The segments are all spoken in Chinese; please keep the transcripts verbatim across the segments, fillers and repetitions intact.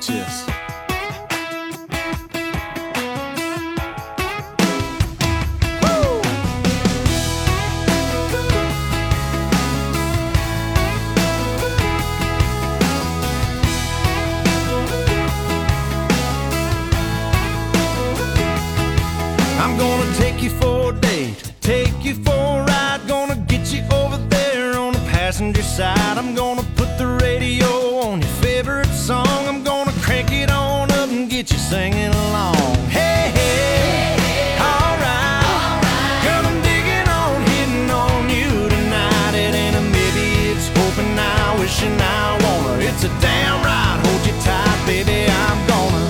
Cheers. I'm gonna take you for a date, take you for a ride, gonna get you over there on the passenger side. I'm gonna put the radio on your favorite song. I'm gonna crank it on up and get you singing along. Hey, hey, alright, girl, I'm digging on, hitting on you tonight. It ain't a maybe, it's hoping now, wishing I wanna. It's a damn right, hold you tight, baby, I'm gonna.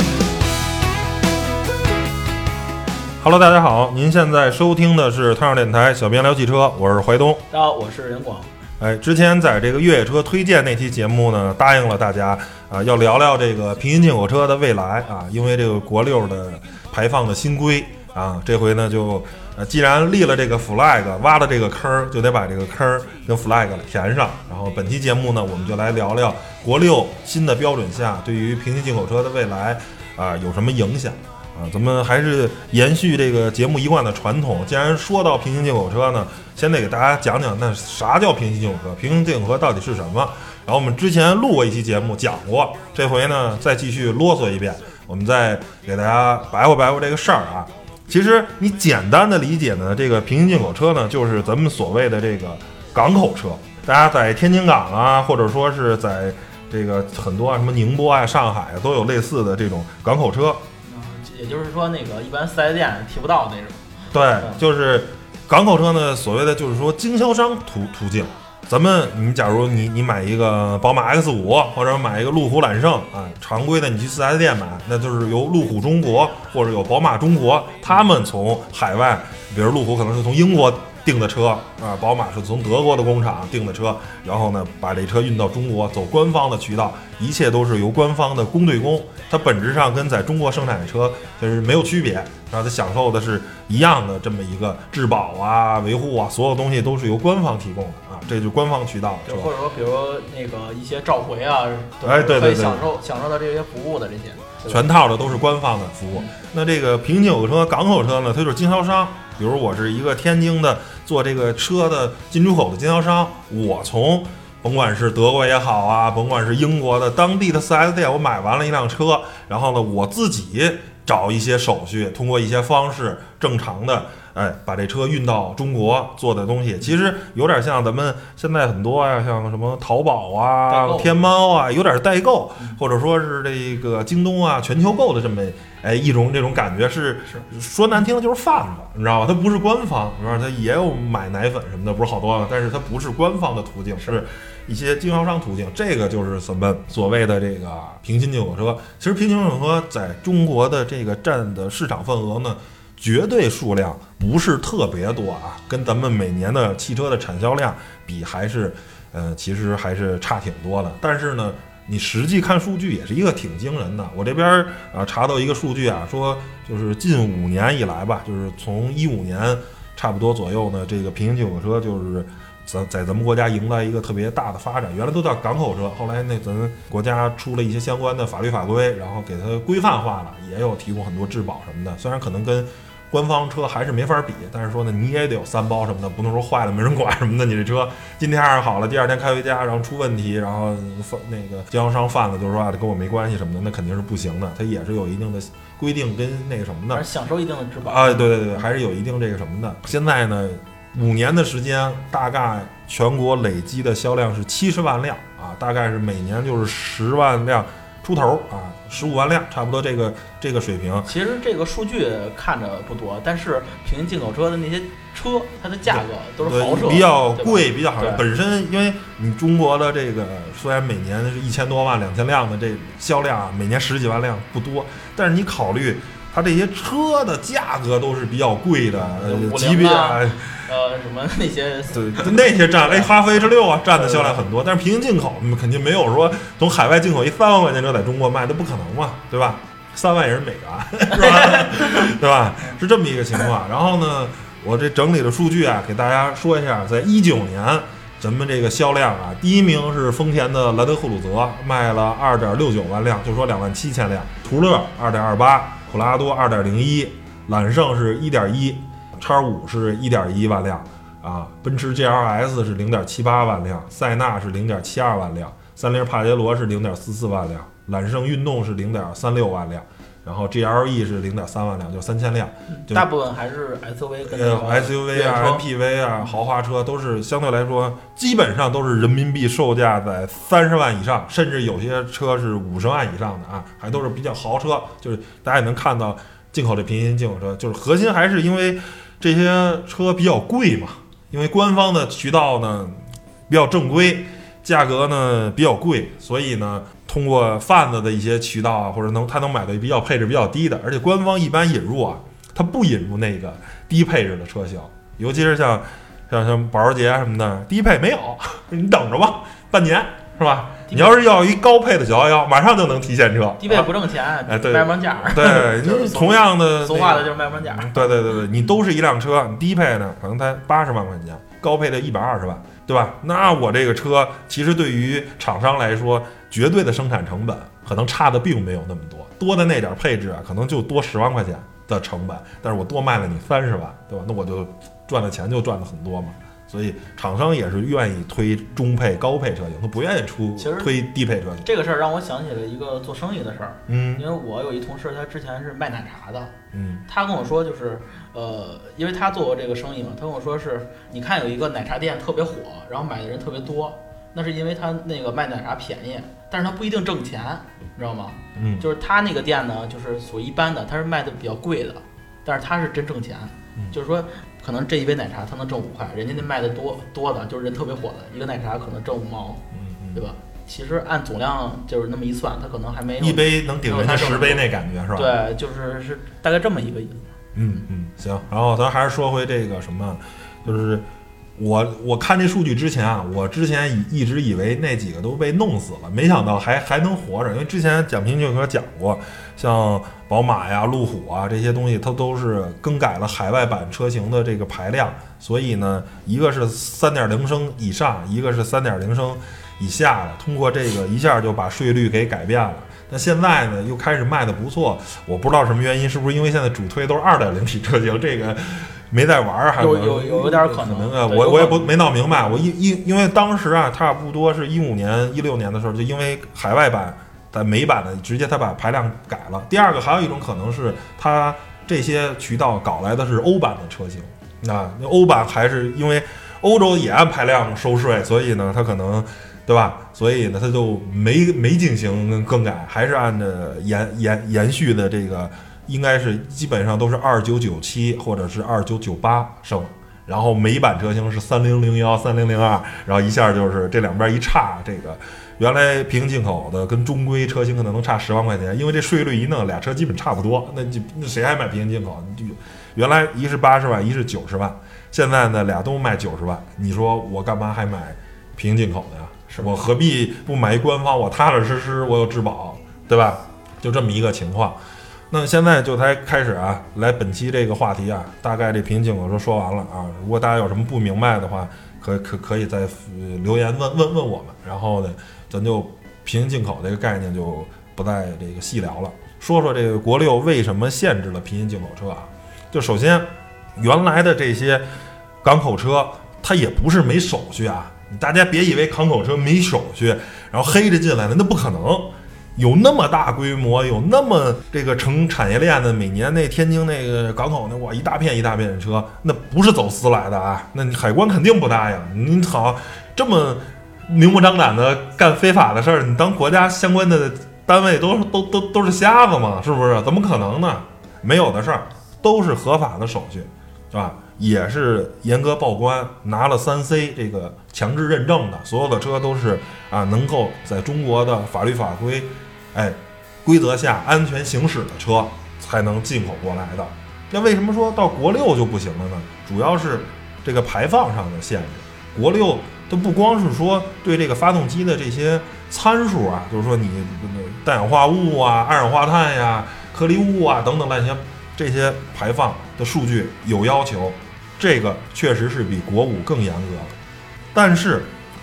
Hello， 大家好，您现在收听的是汤小电台小编聊汽车，我是怀东。 大家好，我是任广。 哎，之前在这个越野车推荐那期节目呢，答应了大家啊，要聊聊这个平行进口车的未来啊，因为这个国六的排放的新规啊，这回呢就呃，既然立了这个 flag， 挖了这个坑，就得把这个坑跟 flag 填上。然后本期节目呢，我们就来聊聊国六新的标准下对于平行进口车的未来啊有什么影响。啊，咱们还是延续这个节目一贯的传统。既然说到平行进口车呢，先得给大家讲讲那啥叫平行进口车，平行进口车到底是什么。然后我们之前录过一期节目讲过，这回呢再继续啰嗦一遍，我们再给大家白话白话这个事儿啊。其实你简单的理解呢，这个平行进口车呢，就是咱们所谓的这个港口车。大家在天津港啊，或者说是在这个很多啊什么宁波啊、上海啊，都有类似的这种港口车。 也就是说，那个一般四 S 店提不到那种。 对，就是港口车呢，所谓的就是说经销商途途径。咱们你假如你你买一个宝马 X 五，或者买一个路虎揽胜啊，常规的你去四 S 店买，那就是由路虎中国或者有宝马中国，他们从海外，比如路虎可能是从英国订的车啊，宝马是从德国的工厂订的车，然后呢把这车运到中国，走官方的渠道，一切都是由官方的公对公，它本质上跟在中国生产的车就是没有区别，然后它享受的是一样的这么一个质保啊、维护啊，所有东西都是由官方提供的啊，这就是官方渠道。 就或者说，比如那个一些召回啊， 哎，对对对， 可以享受享受到这些服务的这些， 全套的都是官方的服务。那这个平行进口车、港口车呢，它就是经销商。比如我是一个天津的做这个车的进出口的经销商，我从甭管是德国也好啊，甭管是英国的当地的 四 S 店，我买完了一辆车，然后呢我自己找一些手续，通过一些方式正常的哎把这车运到中国做的东西，其实有点像咱们现在很多啊，像什么淘宝啊、天猫啊，有点代购，或者说是这个京东啊、全球购的这么哎一种这种感觉，是说难听的就是贩子，你知道吧？它不是官方，你知道它也有买奶粉什么的，不是好多，但是它不是官方的途径，是一些经销商途径。这个就是咱们所谓的这个平行进口车。其实平行进口车在中国的这个占的市场份额呢，绝对数量不是特别多啊，跟咱们每年的汽车的产销量比，还是呃其实还是差挺多的。但是呢，你实际看数据也是一个挺惊人的。我这边啊、呃、查到一个数据啊，说就是近五年以来吧，就是从一五年差不多左右呢，这个平行进口车就是在在咱们国家迎来一个特别大的发展。原来都叫港口车，后来那咱国家出了一些相关的法律法规，然后给它规范化了，也有提供很多质保什么的。虽然可能跟官方车还是没法比，但是说呢，你也得有三包什么的，不能说坏了没人管什么的。你这车今天好了，第二天开回家，然后出问题，然后那个经销商犯了，就是说啊，跟我没关系什么的，那肯定是不行的。它也是有一定的规定跟那个什么的， 还是享受一定的质保啊。对对对，还是有一定这个什么的。现在呢，五年的时间，大概全国累积的销量是七十万辆啊，大概是每年就是十万辆出头啊，十五万辆，差不多这个这个水平。 其实这个数据看着不多，但是平行进口车的那些车，它的价格都是豪车， 比较贵，比较好。本身因为你中国的这个虽然每年是一千多万、两千辆的这销量啊，每年十几万辆不多，但是你考虑它这些车的价格都是比较贵的，呃，级别啊。 呃，什么那些对那些占哎，哈弗 H 六啊占的销量很多，但是平行进口肯定没有说从海外进口一三万块钱车在中国卖，那不可能嘛，对吧？三万也是美元，是吧？对吧？是这么一个情况。然后呢，我这整理的数据啊，给大家说一下，在一九年咱们这个销量啊，第一名是丰田的兰德酷鲁泽，卖了 二点六九万辆，就说两万七千辆。途乐 二点二八， 普拉多 二点零一， 揽胜是 一点一， X 五 是 一点一万辆啊，奔驰 G L S 是 零点七八万辆，塞纳是 零点七二万辆，三菱帕杰罗是 零点四四万辆，揽胜运动是 零点三六万辆，然后 G L E 是 零点三万辆，就三千辆。就大部分还是 S U V 跟呃 S U V 啊 M P V 啊豪华车都是相对来说基本上都是人民币售价在三十万以上，甚至有些车是五十万以上的啊，还都是比较豪车。就是大家也能看到进口的平行进口车，就是核心还是因为这些车比较贵嘛，因为官方的渠道呢比较正规，价格呢比较贵，所以呢通过贩子的一些渠道啊，或者能他能买到比较配置比较低的，而且官方一般引入啊，它不引入那个低配置的车型，尤其是像像像保时捷什么的，低配没有，你等着吧，半年是吧？你要是要一高配的九一一，马上就能提现车。 低配不挣钱， 哎，对， 卖不上价。 对，你同样的， 俗话的就是卖不上价。 对对对对，你都是一辆车，你低配呢可能才八十万块钱，高配的一百二十万，对吧？那我这个车其实对于厂商来说，绝对的生产成本可能差的并没有那么多，多的那点配置啊，可能就多十万块钱的成本，但是我多卖了你三十万，对吧？那我就赚的钱就赚的很多嘛。所以厂商也是愿意推中配高配车型，他不愿意出推低配车型。 这个事儿让我想起了一个做生意的事儿， 嗯， 因为我有一同事，他之前是卖奶茶的， 嗯， 他跟我说就是，呃，因为他做过这个生意嘛，他跟我说是，你看有一个奶茶店特别火，然后买的人特别多，那是因为他那个卖奶茶便宜，但是他不一定挣钱，你知道吗？ 嗯， 就是他那个店呢，就是属于一般的，他是卖的比较贵的，但是他是真挣钱， 嗯、 就是说。可能这一杯奶茶他能挣五块，人家那卖的多多的，就是人特别火的一个奶茶可能挣五毛， 嗯， 对吧？其实按总量就是那么一算，他可能还没有一杯能顶人家十杯那感觉是吧？ 对，就是是大概这么一个意思。 嗯嗯，行，然后咱还是说回这个什么，就是我我看这数据之前啊，我之前一直以为那几个都被弄死了，没想到还还能活着，因为之前讲平行车讲过，像宝马呀、路虎啊这些东西，它都是更改了海外版车型的这个排量，所以呢，一个是 三点零 升以上，一个是 三点零 升以下的，通过这个一下就把税率给改变了。那现在呢，又开始卖的不错，我不知道什么原因，是不是因为现在主推都是 二点零 T 车型，这个没在玩，还有有有点可能啊，我我也不没闹明白。我因因因为当时啊，差不多是一五年、一六年的时候，就因为海外版、在美版的直接它把排量改了。第二个还有一种可能是，它这些渠道搞来的是欧版的车型，那欧版还是因为欧洲也按排量收税，所以呢，它可能。对吧？所以呢，它就没没进行更改，还是按照延延延续的这个，应该是基本上都是二九九七或者是二九九八升，然后美版车型是三零零幺、三零零二，然后一下就是这两边一差，这个原来平行进口的跟中规车型可能能差十万块钱，因为这税率一弄，俩车基本差不多，那就那谁还买平行进口？就原来一是八十万，一是九十万，现在呢俩都卖九十万，你说我干嘛还买平行进口的呀？我何必不买一官方？我踏踏实实，我有质保，对吧？就这么一个情况。那现在就才开始啊，来本期这个话题啊，大概这平行进口车说完了啊。如果大家有什么不明白的话，可可可以在、呃、留言问问问我们。然后呢，咱就平行进口这个概念就不再这个细聊了，说说这个国六为什么限制了平行进口车啊？就首先，原来的这些港口车，它也不是没手续啊。大家别以为港口车没手续，然后黑着进来的，那不可能。有那么大规模，有那么这个成产业链的，每年那天津那个港口那哇一大片一大片的车，那不是走私来的啊，那你海关肯定不答应。你好这么明目张胆的干非法的事儿，你当国家相关的单位都都都都是瞎子吗？是不是？怎么可能呢？没有的事儿，都是合法的手续，是吧？也是严格报关，拿了三 C 这个强制认证的，所有的车都是啊，能够在中国的法律法规，哎，规则下安全行驶的车才能进口过来的。那为什么说到国六就不行了呢？主要是这个排放上的限制。国六它不光是说对这个发动机的这些参数啊，就是说你氮氧化物啊、二氧化碳呀、颗粒物啊等等那些这些排放的数据有要求。这个确实是比国五更严格了，但是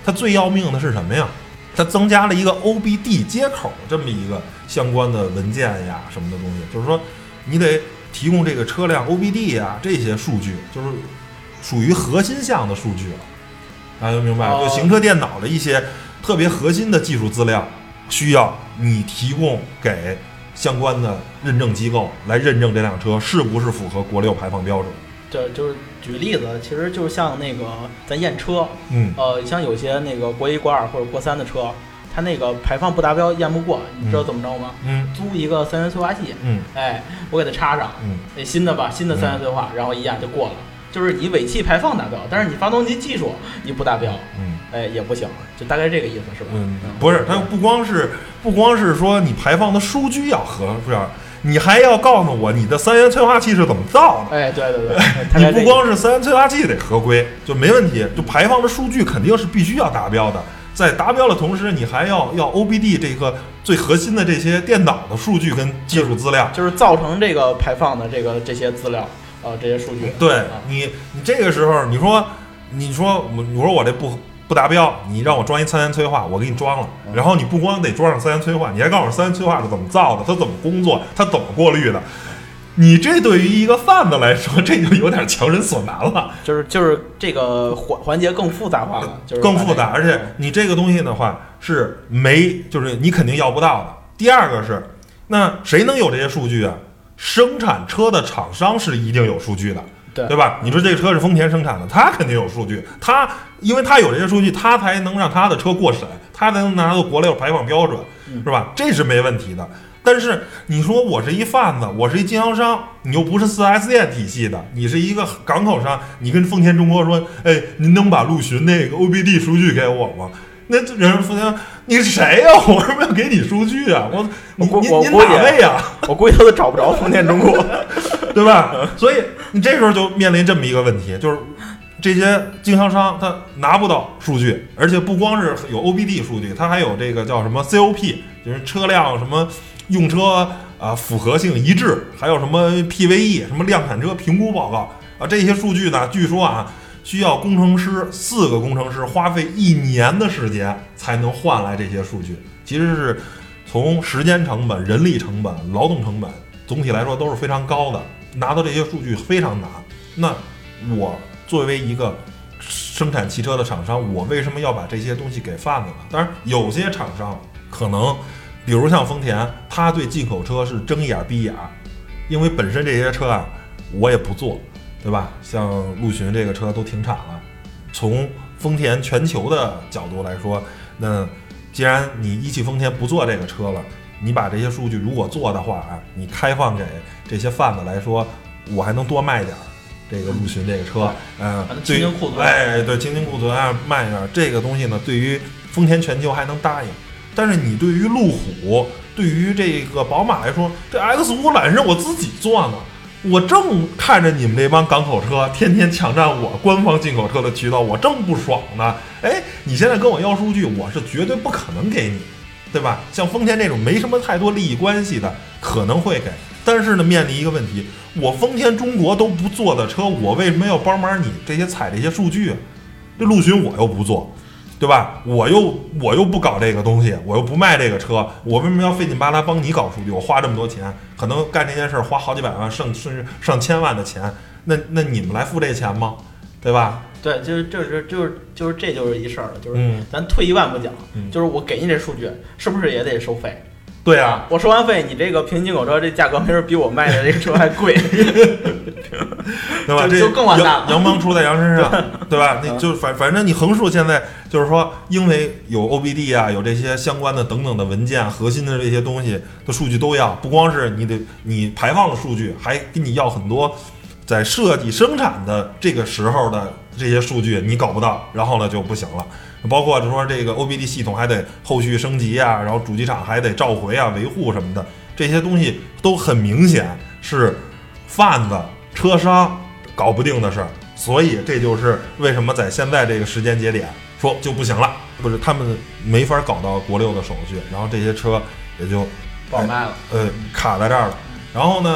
它最要命的是什么呀？它增加了一个 O B D 接口这么一个相关的文件呀什么的东西，就是说你得提供这个车辆 O B D 呀这些数据，就是属于核心项的数据了。大家明白？就行车电脑的一些特别核心的技术资料，需要你提供给相关的认证机构来认证这辆车是不是符合国六排放标准。 这就是举例子，其实就是像那个咱验车， 嗯， 呃，像有些那个国一、国二或者国三的车，它那个排放不达标验不过，你知道怎么着吗？ 嗯， 租一个三元催化器， 嗯， 哎，我给它插上， 嗯， 那新的吧，新的三元催化，嗯、然后一验就过了。就是你尾气排放达标，但是你发动机技术你不达标， 嗯， 哎也不行，就大概这个意思是吧？ 嗯，不是，它不光是不光是说你排放的数据要合标，你还要告诉我你的三元催化器是怎么造的。 哎，对对对， 你不光是三元催化器得合规就没问题，就排放的数据肯定是必须要达标的。在达标的同时，你还要要 O B D 这个最核心的这些电脑的数据跟技术资料， 就是造成这个排放的这个这些资料。呃，这些数据， 对、 啊、 你，你这个时候，你说，你说，你说我这不不达标，你让我装一三元催化，我给你装了， 嗯、 然后你不光得装上三元催化，你还告诉我三元催化是怎么造的，它怎么工作，它怎么过滤的，你这对于一个贩子来说，这就有点强人所难了， 就是就是这个环环节更复杂化了，就是更复杂，而且你这个东西的话是没，就是你肯定要不到的。第二个是，那谁能有这些数据啊？生产车的厂商是一定有数据的， 对对吧？你说这个车是丰田生产的，他肯定有数据，他因为他有这些数据，他才能让他的车过审，他才能拿到国六排放标准，是吧？这是没问题的。但是你说我是一贩子，我是一经销商，你又不是 四 S 店体系的，你是一个港口商，你跟丰田中国说，哎，您能把陆巡那个 O B D 数据给我吗？那人丰田，你是谁呀、啊？我为什么要给你数据啊？我你您您哪位呀？ 我估计他都找不着丰田中国， 对吧？所以你这时候就面临这么一个问题，就是这些经销商他拿不到数据，而且不光是有 O B D 数据，它还有这个叫什么 C O P， 就是车辆什么用车啊符合性一致，还有什么 P V E 什么量产车评估报告啊，这些数据呢，据说啊。需要工程师四个工程师花费一年的时间才能换来这些数据，其实是从时间成本、人力成本、劳动成本总体来说都是非常高的，拿到这些数据非常难。那我作为一个生产汽车的厂商，我为什么要把这些东西给贩子呢？当然，有些厂商可能，比如像丰田，他对进口车是睁一眼闭一眼，因为本身这些车啊，我也不做。对吧？像陆巡这个车都停产了。从丰田全球的角度来说，那既然你一汽丰田不做这个车了，你把这些数据如果做的话啊，你开放给这些贩子来说，我还能多卖点这个陆巡这个车，嗯， 清清库存， 哎，对，清清库存啊，卖点这个东西呢，对于丰田全球还能答应。但是你对于路虎，对于这个宝马来说，这 X 五 揽胜我自己做呢。我正看着你们这帮港口车天天抢占我官方进口车的渠道，我正不爽呢。哎，你现在跟我要数据，我是绝对不可能给你，对吧？像丰田这种没什么太多利益关系的，可能会给。但是呢，面临一个问题，我丰田中国都不做的车，我为什么要帮忙你这些采这些数据啊？这陆巡我又不做。对吧？我又我又不搞这个东西，我又不卖这个车，我为什么要费劲巴拉帮你搞数据？我花这么多钱，可能干这件事花好几百万，甚甚至上千万的钱，那那你们来付这钱吗？对吧？ 对，就是就是就是就是这就是一事儿了，就是咱退一万步讲， 嗯、 就是我给你这数据，是不是也得收费？ 对啊， 我收完费，你这个平行进口车这价格没准比我卖的这个车还贵， 对吧？ 这就更完蛋了。 羊毛出在羊身上，对吧？你就反反正你横竖现在就是说，因为有 O B D 啊，有这些相关的等等的文件，核心的这些东西的数据都要，不光是你得你排放的数据，还跟你要很多在设计生产的这个时候的这些数据，你搞不到，然后呢就不行了。包括说这个 O B D 系统还得后续升级啊，然后主机厂还得召回啊、维护什么的，这些东西都很明显是贩子、车商搞不定的事儿。所以这就是为什么在现在这个时间节点说就不行了，不是他们没法搞到国六的手续，然后这些车也就不好卖了， 呃，卡在这儿了。然后呢，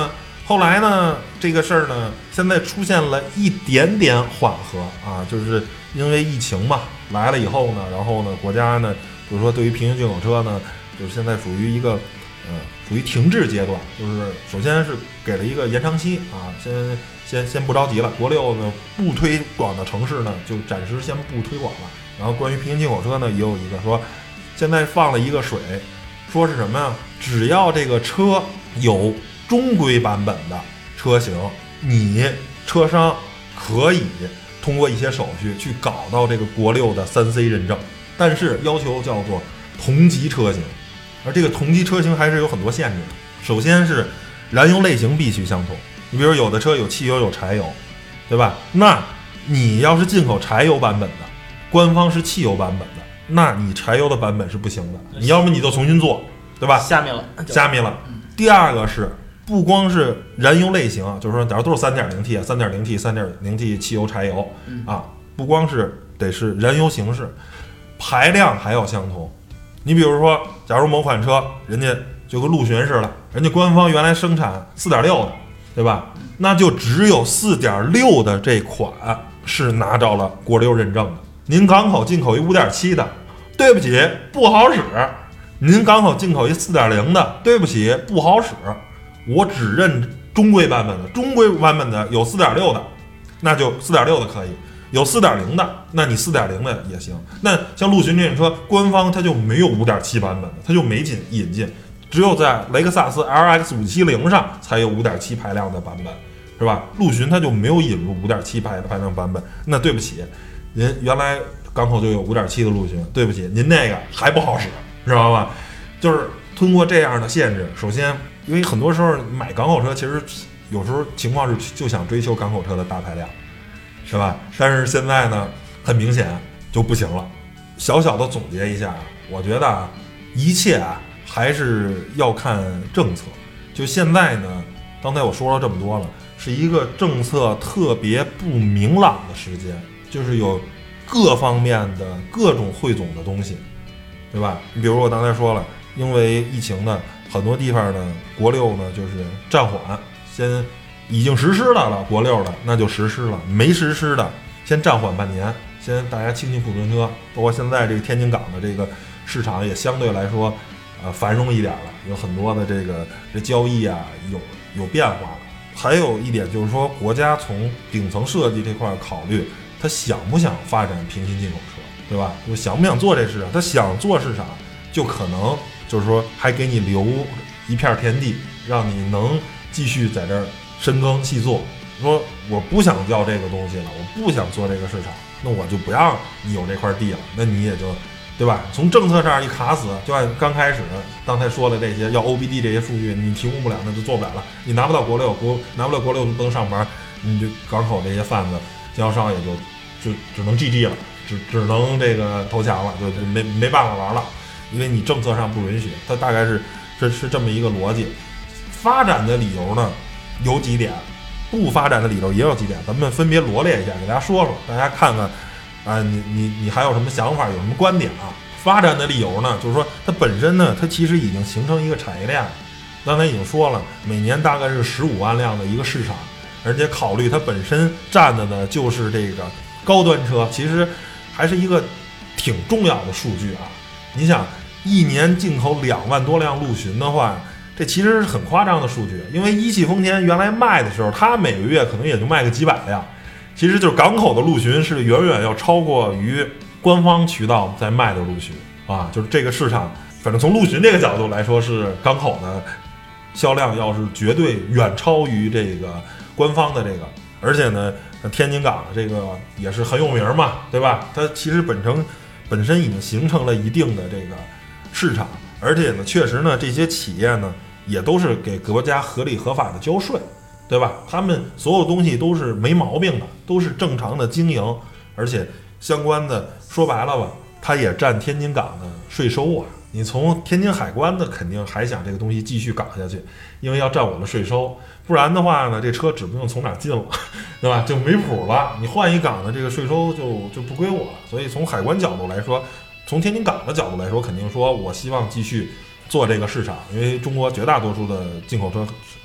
后来呢，这个事儿呢，现在出现了一点点缓和啊，就是因为疫情嘛来了以后呢，然后呢，国家呢就是说对于平行进口车呢，就是现在属于一个呃属于停滞阶段，就是首先是给了一个延长期啊，先先先不着急了，国六呢不推广的城市呢就暂时先不推广了。然后关于平行进口车呢，也有一个说，现在放了一个水，说是什么呀？只要这个车有中规版本的车型，你车商可以通过一些手续去搞到这个国六的三 C 认证，但是要求叫做同级车型，而这个同级车型还是有很多限制的。首先是燃油类型必须相同，你比如有的车有汽油有柴油，对吧？那你要是进口柴油版本的，官方是汽油版本的，那你柴油的版本是不行的，你要么你就重新做，对吧？ 下面了， 下面了。第二个是不光是燃油类型啊，就是说假如都是 三点零 T 啊 三点零 T 三点零 T 汽油柴油啊，不光是得是燃油形式，排量还要相同。你比如说假如某款车人家就跟陆巡似的，人家官方原来生产 四点六 的，对吧？那就只有 四点六 的这款是拿着了国六认证的。您港口进口一 五点七 的，对不起不好使。您港口进口一 四点零 的，对不起不好使，我只认中规版本的，中规版本的有 四点六 的，那就 四点六 的可以，有 四点零 的，那你 四点零 的也行。那像陆巡这种车，官方它就没有 五点七 版本的，它就没进引进，只有在雷克萨斯 L X 五七零 上才有 五点七 排量的版本，是吧？陆巡它就没有引入 五点七 排排量版本，那对不起，您原来港口就有 五点七 的陆巡，对不起，您那个还不好使，知道吧？就是通过这样的限制，首先，因为很多时候买港口车，其实有时候情况是就想追求港口车的大排量，是吧？但是现在呢，很明显就不行了。小小的总结一下，我觉得啊，一切啊还是要看政策。就现在呢，刚才我说了这么多了，是一个政策特别不明朗的时间，就是有各方面的各种汇总的东西，对吧？你比如我刚才说了，因为疫情呢，很多地方呢，国六呢就是暂缓，先已经实施了了，国六的那就实施了，没实施的先暂缓半年，先大家清清库存车，包括现在这个天津港的这个市场也相对来说，呃，繁荣一点了，有很多的这个这交易啊，有有变化了。还有一点就是说，国家从顶层设计这块考虑，他想不想发展平行进口车，对吧？就想不想做这市场？他想做市场，就可能就是说还给你留一片天地，让你能继续在这儿深耕细作。说我不想要这个东西了，我不想做这个市场，那我就不让你有这块地了，那你也就，对吧？从政策上一卡死，就按刚开始刚才说的这些要 O B D 这些数据，你提供不了，那就做不了了。你拿不到国六，国拿不了国六就不能上班，你就港口这些贩子经销商也就就只能 G G 了，只只能这个投降了，就就没没办法玩了，因为你政策上不允许。它大概是是是这么一个逻辑。发展的理由呢有几点，不发展的理由也有几点，咱们分别罗列一下，给大家说说，大家看看啊，你你你还有什么想法，有什么观点啊？发展的理由呢，就是说它本身呢，它其实已经形成一个产业链。刚才已经说了，每年大概是十五万辆的一个市场，而且考虑它本身占的呢就是这个高端车，其实还是一个挺重要的数据啊。你想，一年进口两万多辆陆巡的话，这其实是很夸张的数据。因为一汽丰田原来卖的时候，它每个月可能也就卖个几百辆，其实就是港口的陆巡是远远要超过于官方渠道在卖的陆巡啊。就是这个市场，反正从陆巡这个角度来说，是港口的销量要是绝对远超于这个官方的这个。而且呢，天津港这个也是很有名嘛，对吧？它其实本身本身已经形成了一定的这个市场，而且呢，确实呢，这些企业呢也都是给国家合理合法的交税，对吧？他们所有东西都是没毛病的，都是正常的经营，而且相关的说白了吧，它也占天津港的税收啊。你从天津海关的肯定还想这个东西继续搞下去，因为要占我的税收，不然的话呢，这车指不定从哪儿进了，对吧？就没谱了。你换一港的这个税收就就不归我了。所以从海关角度来说，从天津港的角度来说，肯定说我希望继续做这个市场，因为中国绝大多数的进口车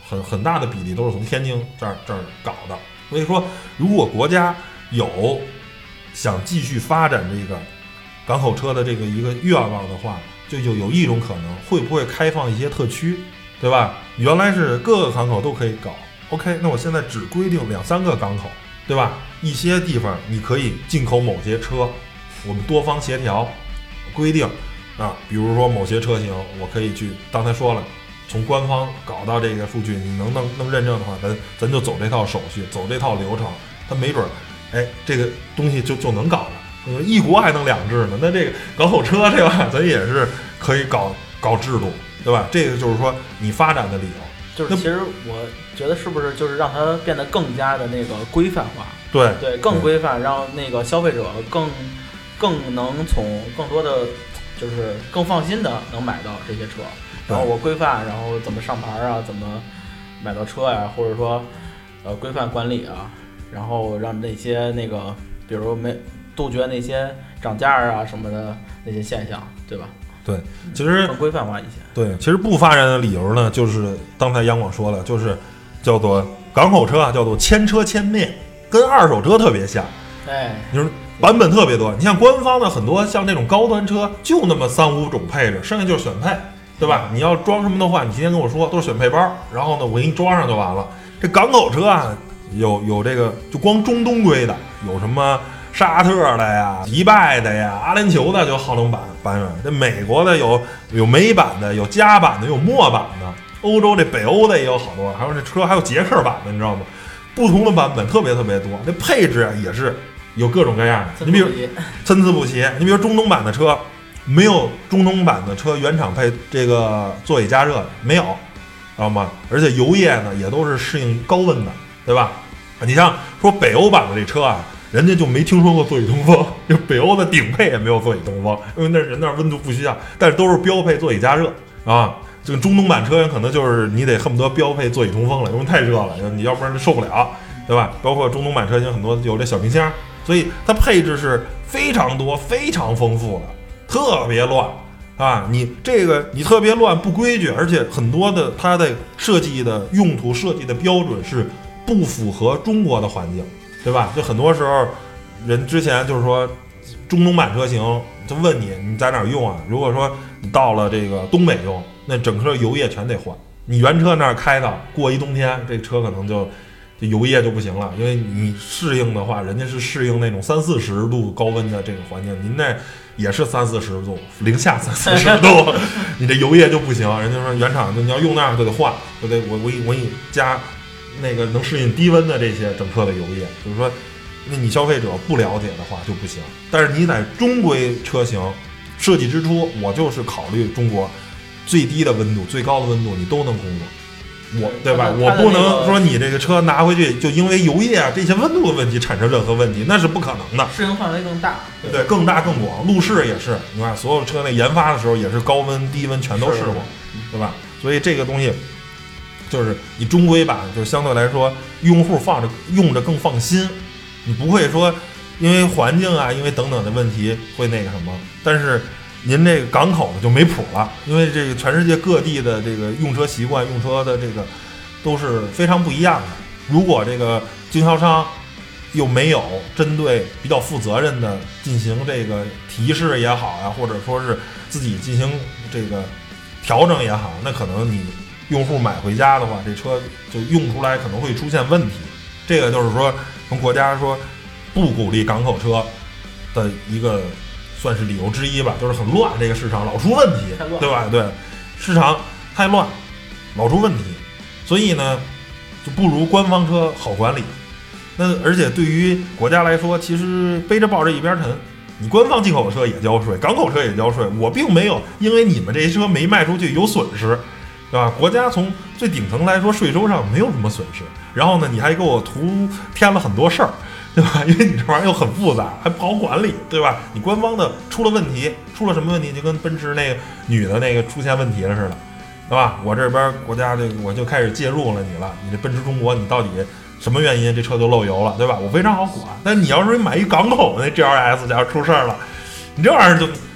很很大的比例都是从天津这儿这儿搞的。所以说，如果国家有想继续发展这个港口车的这个一个愿望的话，就有有一种可能，会不会开放一些特区，对吧？原来是各个港口都可以搞 ，OK， 那我现在只规定两三个港口，对吧？一些地方你可以进口某些车，我们多方协调规定啊，比如说某些车型，我可以去，刚才说了，从官方搞到这个数据，你能能能认证的话，咱咱就走这套手续，走这套流程，它没准，哎，这个东西就就能搞了。呃，一国还能两制呢，那这个港口车对吧？咱也是可以搞搞制度，对吧？这个就是说你发展的理由。 就是其实我觉得是不是就是让它变得更加的那个规范化？ 对对，更规范，让那个消费者更更能从更多的就是更放心的能买到这些车。然后我规范，然后怎么上牌啊，怎么买到车呀、啊，或者说呃规范管理啊，然后让那些那个比如没。杜绝那些涨价啊什么的那些现象，对吧？ 对，其实更规范化一些。 对，其实不发展的理由呢，就是刚才杨广说了，就是叫做港口车啊，叫做千车千面，跟二手车特别像。 哎， 就是版本特别多。你像官方的很多像这种高端车，就那么三五种配置，剩下就是选配，对吧？你要装什么的话，你提前跟我说，都是选配包，然后呢，我给你装上就完了。这港口车啊，有有这个，就光中东规的，有什么？沙特的呀，迪拜的呀，阿联酋的就好能版版本，这美国的有有美版的，有加版的，有墨版的，欧洲这北欧的也有好多，还有这车还有捷克版的，你知道吗？不同的版本特别特别多，这配置啊也是有各种各样的。你比如参差不齐，你比如中东版的车，没有中东版的车原厂配这个座椅加热没有，知道吗？而且油液呢也都是适应高温的，对吧？你像说北欧版的这车啊。人家就没听说过座椅通风，就北欧的顶配也没有座椅通风，因为那人那温度不需要，但是都是标配座椅加热啊。这个中东版车可能就是你得恨不得标配座椅通风了，因为太热了，你要不然受不了，对吧？包括中东版车型很多有这小冰箱，所以它配置是非常多、非常丰富的，特别乱啊！你这个你特别乱不规矩，而且很多的它的设计的用途、设计的标准是不符合中国的环境。对吧？就很多时候，人之前就是说，中东版车型就问你你在哪儿用啊？如果说你到了这个东北用，那整车油液全得换。你原车那儿开的，过一冬天，这车可能就这油液就不行了，因为你适应的话，人家是适应那种三四十度高温的这个环境，您那也是三四十度，零下三四十度，你这油液就不行。人家说原厂就你要用那样就得换，就得我我我给你加。那个能适应低温的这些整车的油液，就是说，那你消费者不了解的话就不行。但是你在中规车型设计之初，我就是考虑中国最低的温度、最高的温度你都能工作，我对吧？我不能说你这个车拿回去就因为油液啊这些温度的问题产生任何问题，那是不可能的。 适应范围更大， 对对，更大更广。路试也是，你看所有车那研发的时候也是高温、低温全都试过，对吧？所以这个东西。就是你中规版，就相对来说，用户放着用着更放心，你不会说因为环境啊，因为等等的问题会那个什么。但是您这个港口的就没谱了，因为这个全世界各地的这个用车习惯、用车的这个都是非常不一样的。如果这个经销商又没有针对比较负责任的进行这个提示也好啊，或者说是自己进行这个调整也好，那可能你。用户买回家的话，这车就用出来可能会出现问题。这个就是说，从国家说不鼓励港口车的一个算是理由之一吧，就是很乱，这个市场老出问题，对吧？对，市场太乱，老出问题，所以呢，就不如官方车好管理。那而且对于国家来说，其实背着抱着一边沉。你官方进口车也交税，港口车也交税，我并没有因为你们这些车没卖出去有损失。对吧？国家从最顶层来说，税收上没有什么损失。然后呢，你还给我图添了很多事儿，对吧？因为你这玩意儿又很复杂，还不好管理，对吧？你官方的出了问题，出了什么问题，就跟奔驰那个女的那个出现问题了似的，对吧？我这边国家这个我就开始介入了你了，你这奔驰中国你到底什么原因这车就漏油了，对吧？我非常好管。但你要是买一港口的那 G L S 假如出事儿了，你这玩意儿就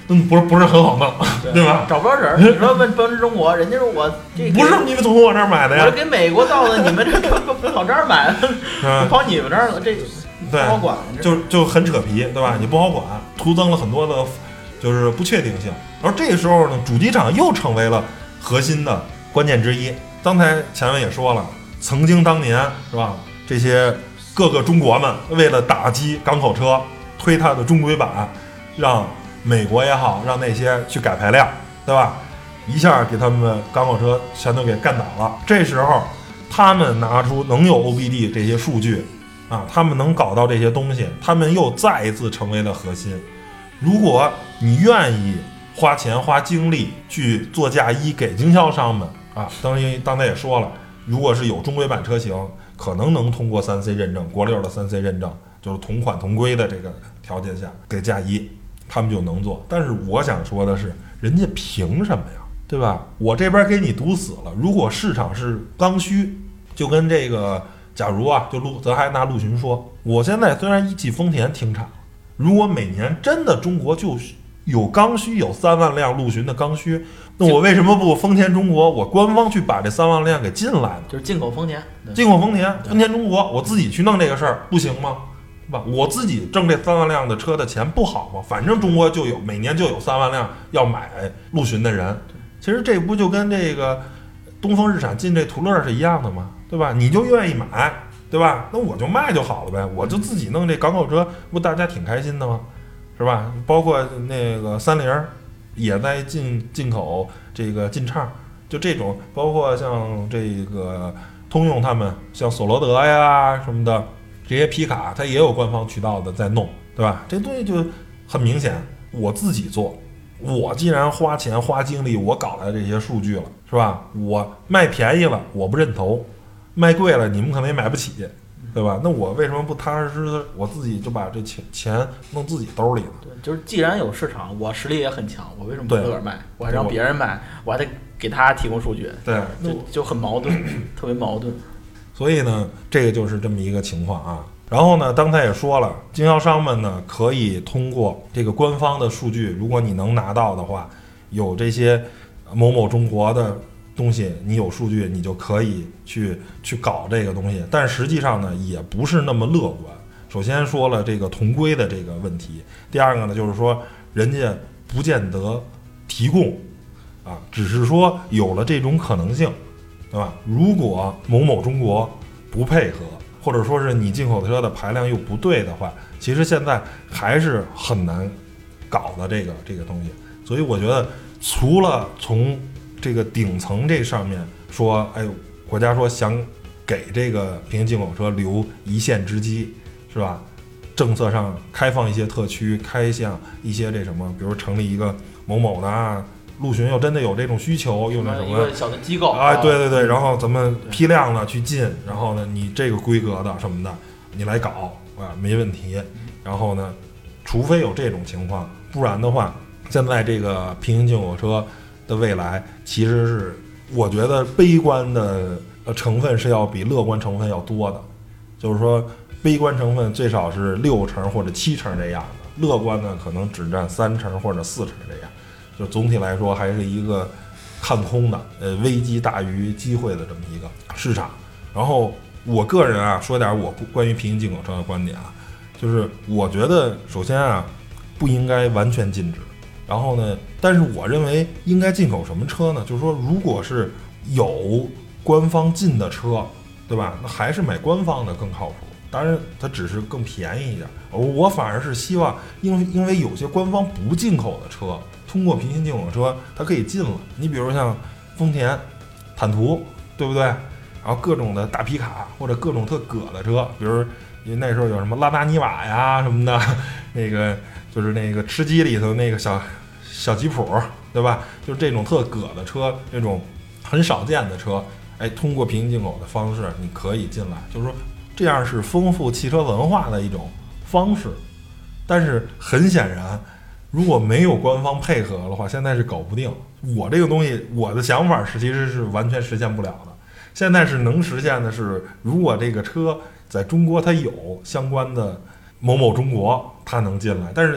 嗯，不是不是很好弄，对, 对吧？ 找不着人，你说问奔驰中国，人家说我这不是你们从我这儿买的呀， 我是给美国到的，你们这跑这儿买的，嗯、跑你们这儿了，这不好管， 就就很扯皮，对吧？你不好管，徒增了很多的，就是不确定性。而这个时候呢，主机厂又成为了核心的关键之一。刚才前面也说了，曾经当年是吧，这些各个中国们为了打击港口车，推它的中规版，让美国也好，让那些去改排量，对吧？一下给他们港口车全都给干倒了。这时候他们拿出能有 O B D 这些数据啊，他们能搞到这些东西，他们又再一次成为了核心。如果你愿意花钱花精力去做嫁衣给经销商们啊，当然刚才也说了，如果是有中规版车型，可能能通过 三 C 认证，国六的 三 C 认证，就是同款同规的这个条件下给嫁衣，他们就能做。但是我想说的是，人家凭什么呀？对吧？我这边给你堵死了。如果市场是刚需，就跟这个，假如啊，就陆，咱还拿陆巡说，我现在虽然一汽丰田停产，如果每年真的中国就有刚需，有三万辆陆巡的刚需，那我为什么不丰田中国，我官方去把这三万辆给进来呢？ 就是进口丰田， 进口丰田，丰田中国，我自己去弄这个事儿不行吗？对吧？我自己挣这三万辆的车的钱不好吗？反正中国就有，每年就有三万辆要买陆巡的人。其实这不就跟这个东风日产进这途乐是一样的吗？对吧？你就愿意买，对吧？那我就卖就好了呗，我就自己弄这港口车，不大家挺开心的吗？是吧？包括那个三菱也在进进口这个进畅，就这种，包括像这个通用他们，像索罗德呀什么的这些皮卡，它也有官方渠道的在弄，对吧？这东西就很明显，我自己做。我既然花钱花精力，我搞来这些数据了，是吧？我卖便宜了，我不认头；卖贵了，你们可能也买不起，对吧？那我为什么不踏踏实实，我自己就把这钱钱弄自己兜里呢？ 对，就是既然有市场，我实力也很强，我为什么不自个儿卖？我还让别人卖，我还得给他提供数据， 对， 就就很矛盾，特别矛盾。 所以呢，这个就是这么一个情况啊。然后呢，刚才也说了，经销商们呢可以通过这个官方的数据，如果你能拿到的话，有这些某某中国的东西，你有数据，你就可以去去搞这个东西。但实际上呢，也不是那么乐观。首先说了这个同规的这个问题，第二个呢，就是说人家不见得提供啊，只是说有了这种可能性，对吧？如果某某中国不配合，或者说是你进口车的排量又不对的话，其实现在还是很难搞的这个这个东西。所以我觉得，除了从这个顶层这上面说，哎，国家说想给这个平行进口车留一线之机，是吧？政策上开放一些特区，开向一些这什么，比如成立一个某某的啊。陆巡又真的有这种需求，又那什么一个小的机构啊，对对对，然后咱们批量的去进，然后呢，你这个规格的什么的，你来搞啊，没问题。然后呢，除非有这种情况，不然的话，现在这个平行进口车的未来，其实是我觉得悲观的呃成分是要比乐观成分要多的，就是说悲观成分最少是六成或者七成这样的，乐观呢可能只占三成或者四成这样。就总体来说还是一个看空的，呃，危机大于机会的这么一个市场。然后我个人啊，说点我关于平行进口车的观点啊，就是我觉得首先啊，不应该完全禁止。然后呢，但是我认为应该进口什么车呢？就是说，如果是有官方进的车，对吧？那还是买官方的更靠谱。当然，它只是更便宜一点。我反而是希望，因为因为有些官方不进口的车。通过平行进口车，它可以进了。你比如像丰田坦途，对不对？然后各种的大皮卡或者各种特葛的车，比如那时候有什么拉达尼瓦呀什么的，那个就是那个吃鸡里头那个小小吉普，对吧？就是这种特葛的车，这种很少见的车，哎，通过平行进口的方式，你可以进来，就是说这样是丰富汽车文化的一种方式。但是很显然。如果没有官方配合的话，现在是搞不定。我这个东西，我的想法是其实是完全实现不了的。现在是能实现的是，如果这个车在中国它有相关的某某中国，它能进来。但是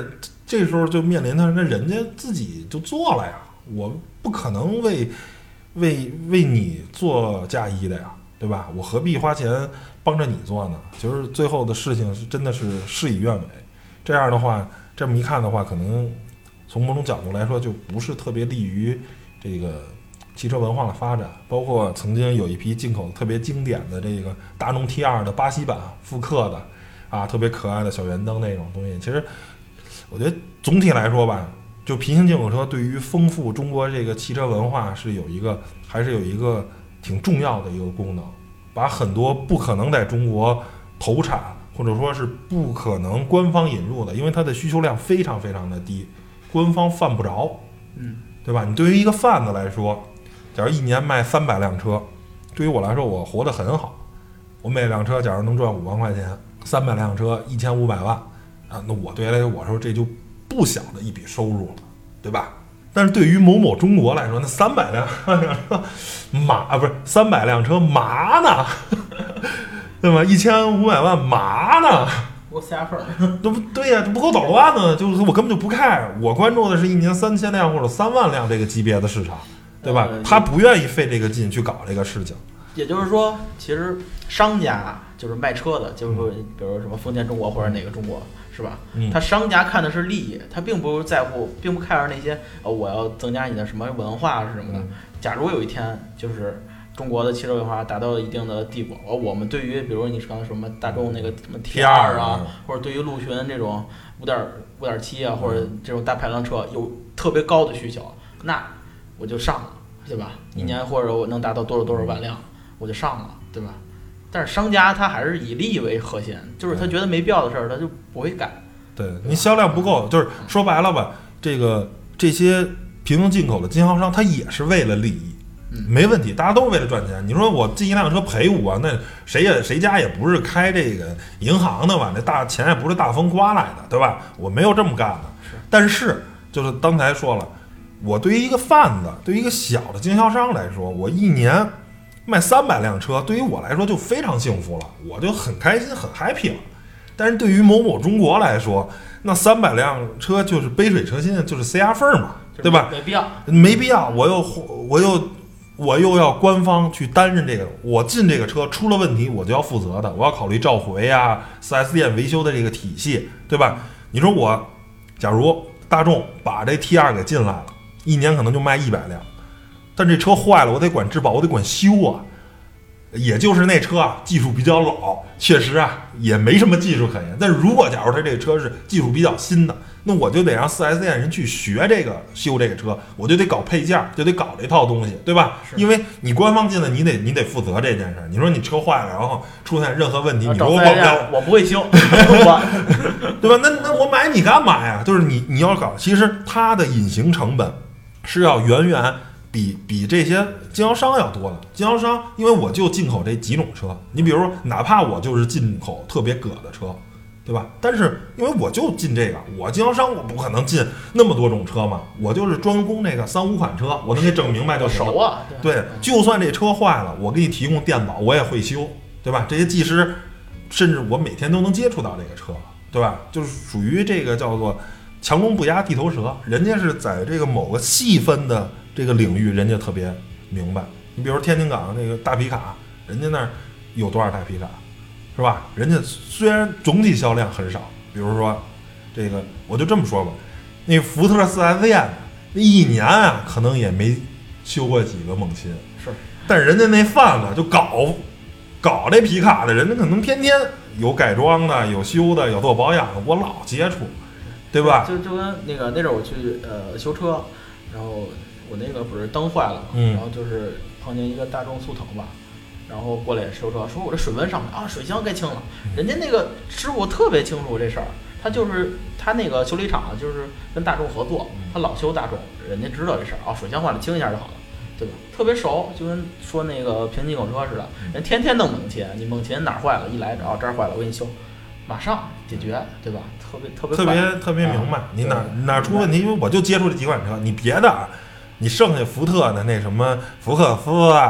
这时候就面临他，那人家自己就做了呀，我不可能为为为你做嫁衣的呀，对吧？我何必花钱帮着你做呢？就是最后的事情是真的是事与愿违。这样的话，这么一看的话，可能从某种角度来说，就不是特别利于这个汽车文化的发展。包括曾经有一批进口特别经典的这个大众 T 二 的巴西版复刻的啊，特别可爱的小圆灯那种东西，其实我觉得总体来说吧，就平行进口车对于丰富中国这个汽车文化是有一个还是有一个挺重要的一个功能，把很多不可能在中国投产或者说是不可能官方引入的，因为它的需求量非常非常的低，官方犯不着， 嗯， 对吧？你对于一个贩子来说，假如一年卖三百辆车，对于我来说我活得很好，我每辆车假如能赚五万块钱，三百辆车一千五百万啊，那我对来我说这就不小的一笔收入了，对吧？但是对于某某中国来说，那三百辆车麻啊不是三百辆车麻呢，对吧？一千五百万麻呢， 我瞎份儿， 这不对呀、啊，这不够捣乱呢。就是我根本就不 care， 我关注的是一年三千辆或者三万辆这个级别的市场，对吧？ 呃、 他不愿意费这个劲去搞这个事情。 也就是说，其实商家就是卖车的，就是说，比如说什么丰田中国或者哪个中国，是吧？ 嗯， 他商家看的是利益，他并不在乎，并不 care 那些呃，我要增加你的什么文化是什么的。 嗯、 假如有一天就是中国的汽车文化达到了一定的地步，而我们对于比如你刚才什么大众那个什么 T 二 啊，或者对于陆巡这种五点五点七啊，或者这种大排量车有特别高的需求，那我就上了，对吧？一年或者我能达到多少多少万辆，我就上了，对吧？但是商家他还是以利益为核心，就是他觉得没必要的事儿，他就不会干。 对，你销量不够，就是说白了吧，这个这些平行进口的经销商，他也是为了利益，没问题，大家都是为了赚钱。你说我进一辆车赔五万，那谁也谁家也不是开这个银行的吧？那大钱也不是大风刮来的，对吧？我没有这么干的。但是就是刚才说了，我对于一个贩子，对于一个小的经销商来说，我一年卖三百辆车，对于我来说就非常幸福了，我就很开心很 happy 了。但是对于某某中国来说，那三百辆车就是杯水车薪，就是塞牙缝嘛，对吧？ 没必要， 没必要。我又我又我又要官方去担任这个，我进这个车出了问题，我就要负责的，我要考虑召回啊、四 S 店维修的这个体系，对吧？你说我，假如大众把这 T 二 给进来了，一年可能就卖一百辆，但这车坏了，我得管质保，我得管修啊。也就是那车啊，技术比较老，确实啊也没什么技术可言。但是如果假如他这个车是技术比较新的，那我就得让 四 S 店人去学这个修这个车，我就得搞配件，就得搞这套东西，对吧？因为你官方进来，你得你得负责这件事。你说你车坏了，然后出现任何问题，你说我管不了， 我不会修， 对吧？那那我买你干嘛呀？就是你你要搞，其实它的隐形成本是要远远比比这些经销商要多的。经销商因为我就进口这几种车，你比如说哪怕我就是进口特别葛的车，对吧？但是因为我就进这个，我经销商我不可能进那么多种车嘛，我就是专攻这个三五款车，我能给整明白就行了。 熟啊， 对，对，就算这车坏了，我给你提供电保，我也会修，对吧？这些技师甚至我每天都能接触到这个车，对吧？就是属于这个叫做强龙不压地头蛇，人家是在这个某个细分的这个领域，人家特别明白。你比如天津港那个大皮卡，人家那儿有多少台皮卡，是吧？人家虽然总体销量很少，比如说这个，我就这么说吧，那福特 四 S 店那一年啊，可能也没修过几个猛禽， 是。 但是人家那贩子就搞搞这皮卡的人，家可能天天有改装的，有修的，有做保养的，我老接触。对吧？ 就就跟那个那阵儿我去呃修车，然后我那个不是灯坏了嘛， 嗯、 然后就是碰见一个大众速腾吧，然后过来修车，说我这水温上来啊，水箱该清了。人家那个师傅特别清楚这事儿，他就是他那个修理厂就是跟大众合作，他老修大众，人家知道这事儿啊，水箱坏了清一下就好了，对吧？特别熟，就跟说那个平行进口车似的，人天天弄猛禽，你猛禽哪儿坏了，一来啊这儿坏了，我给你修。马上解决，对吧？特别特别特别特别明白，啊、你哪哪出问题，因为我就接触这几款车，你别的，你剩下福特的那什么福克斯啊，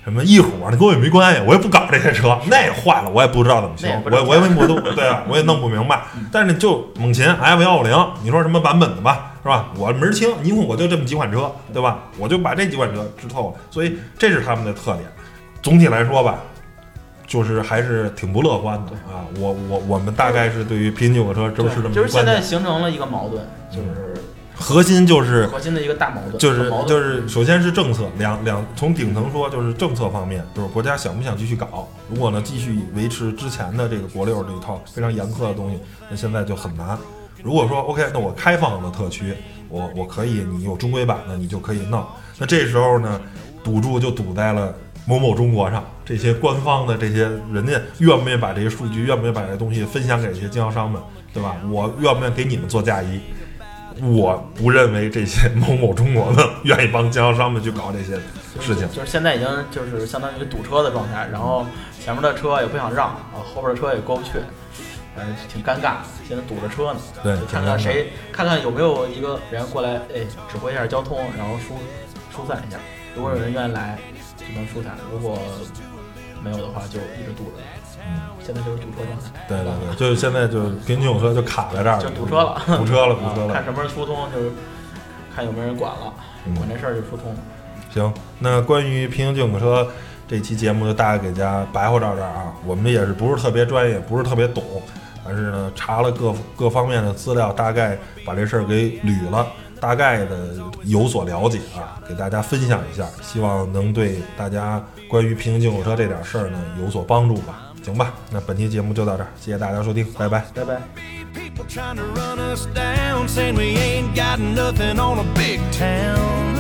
什么翼虎，那跟我也没关系，我也不搞这些车，那也坏了，我也不知道怎么修，我我也我都对啊，我也弄不明白。但是就猛禽 F 一五零，你说什么版本的吧，是吧？我门儿清，一共我就这么几款车，对吧？我就把这几款车知透了，所以这是他们的特点。总体来说吧，就是还是挺不乐观的啊。我我我们大概是对于平行九个车都是这么就是现在形成了一个矛盾，就是。 核心就是核心的一个大矛盾， 就是就是首先是政策，两两从顶层说就是政策方面，就是国家想不想继续搞？如果呢继续维持之前的这个国六这一套非常严苛的东西，那现在就很难。如果说 OK， 那我开放的特区，我我可以，你有中规版的，你就可以弄。那这时候呢，赌注就赌在了某某中国上，这些官方的这些人家愿不愿意把这些数据，愿不愿意把这些东西分享给这些经销商们，对吧？我愿不愿意给你们做嫁衣？我不认为这些某某中国们愿意帮经销商们去搞这些事情， 就是现在已经就是相当于堵车的状态，然后前面的车也不想让，啊，后边的车也过不去，反正挺尴尬。现在堵着车呢， 对， 看看谁，看看有没有一个人过来，哎，指挥一下交通，然后疏疏散一下。如果有人愿意来，就能疏散；如果没有的话，就一直堵着。嗯，现在就是堵车状态。 对对对，就是现在就平行车就卡在这儿了， 就堵车了， 堵车了，堵车了。 看什么时候疏通，就是看有没有人管了，嗯、管这事儿就疏通了。 行，那关于平行进口车这期节目就大概给大家白话到这儿啊。我们也是不是特别专业，不是特别懂，但是呢查了各各方面的资料，大概把这事儿给捋了，大概的有所了解啊，给大家分享一下，希望能对大家关于平行进口车这点事儿呢有所帮助吧。行吧，那本期节目就到这儿，谢谢大家收听，拜拜， 拜拜。 People trying to run us down, saying we ain't got nothing on a big town.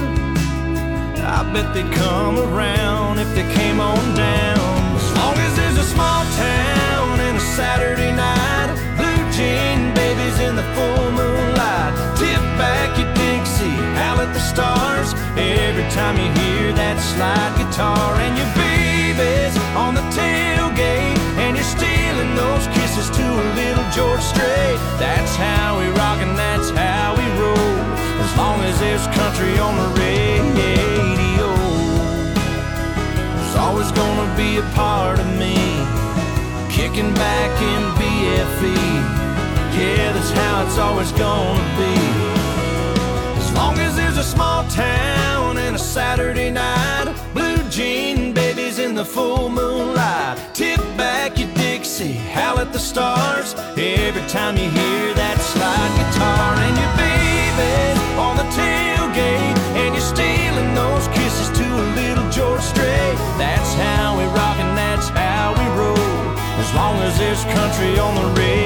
I bet they'd come around if they came on down. As long as there's a small town and a Saturday night, blue jean babies in the full moonlight, tip back your Dixie, howl at the stars. Every time you hear that slide guitar and your baby's on the tailgate, and you're stealing those kisses to a little George Strait. That's how we rock and that's how we roll, as long as there's country on the radio. There's always gonna be a part of me kicking back in B F E. Yeah, that's how it's always gonna be. As long as there's a small town and a Saturday night, blue jean babies in the full moonlight, tip back your Dixie, howl at the stars. Every time you hear that slide guitar and your baby's on the tailgate, and you're stealing those kisses to a little George Strait. That's how we rock and that's how we roll, as long as there's country on the radio.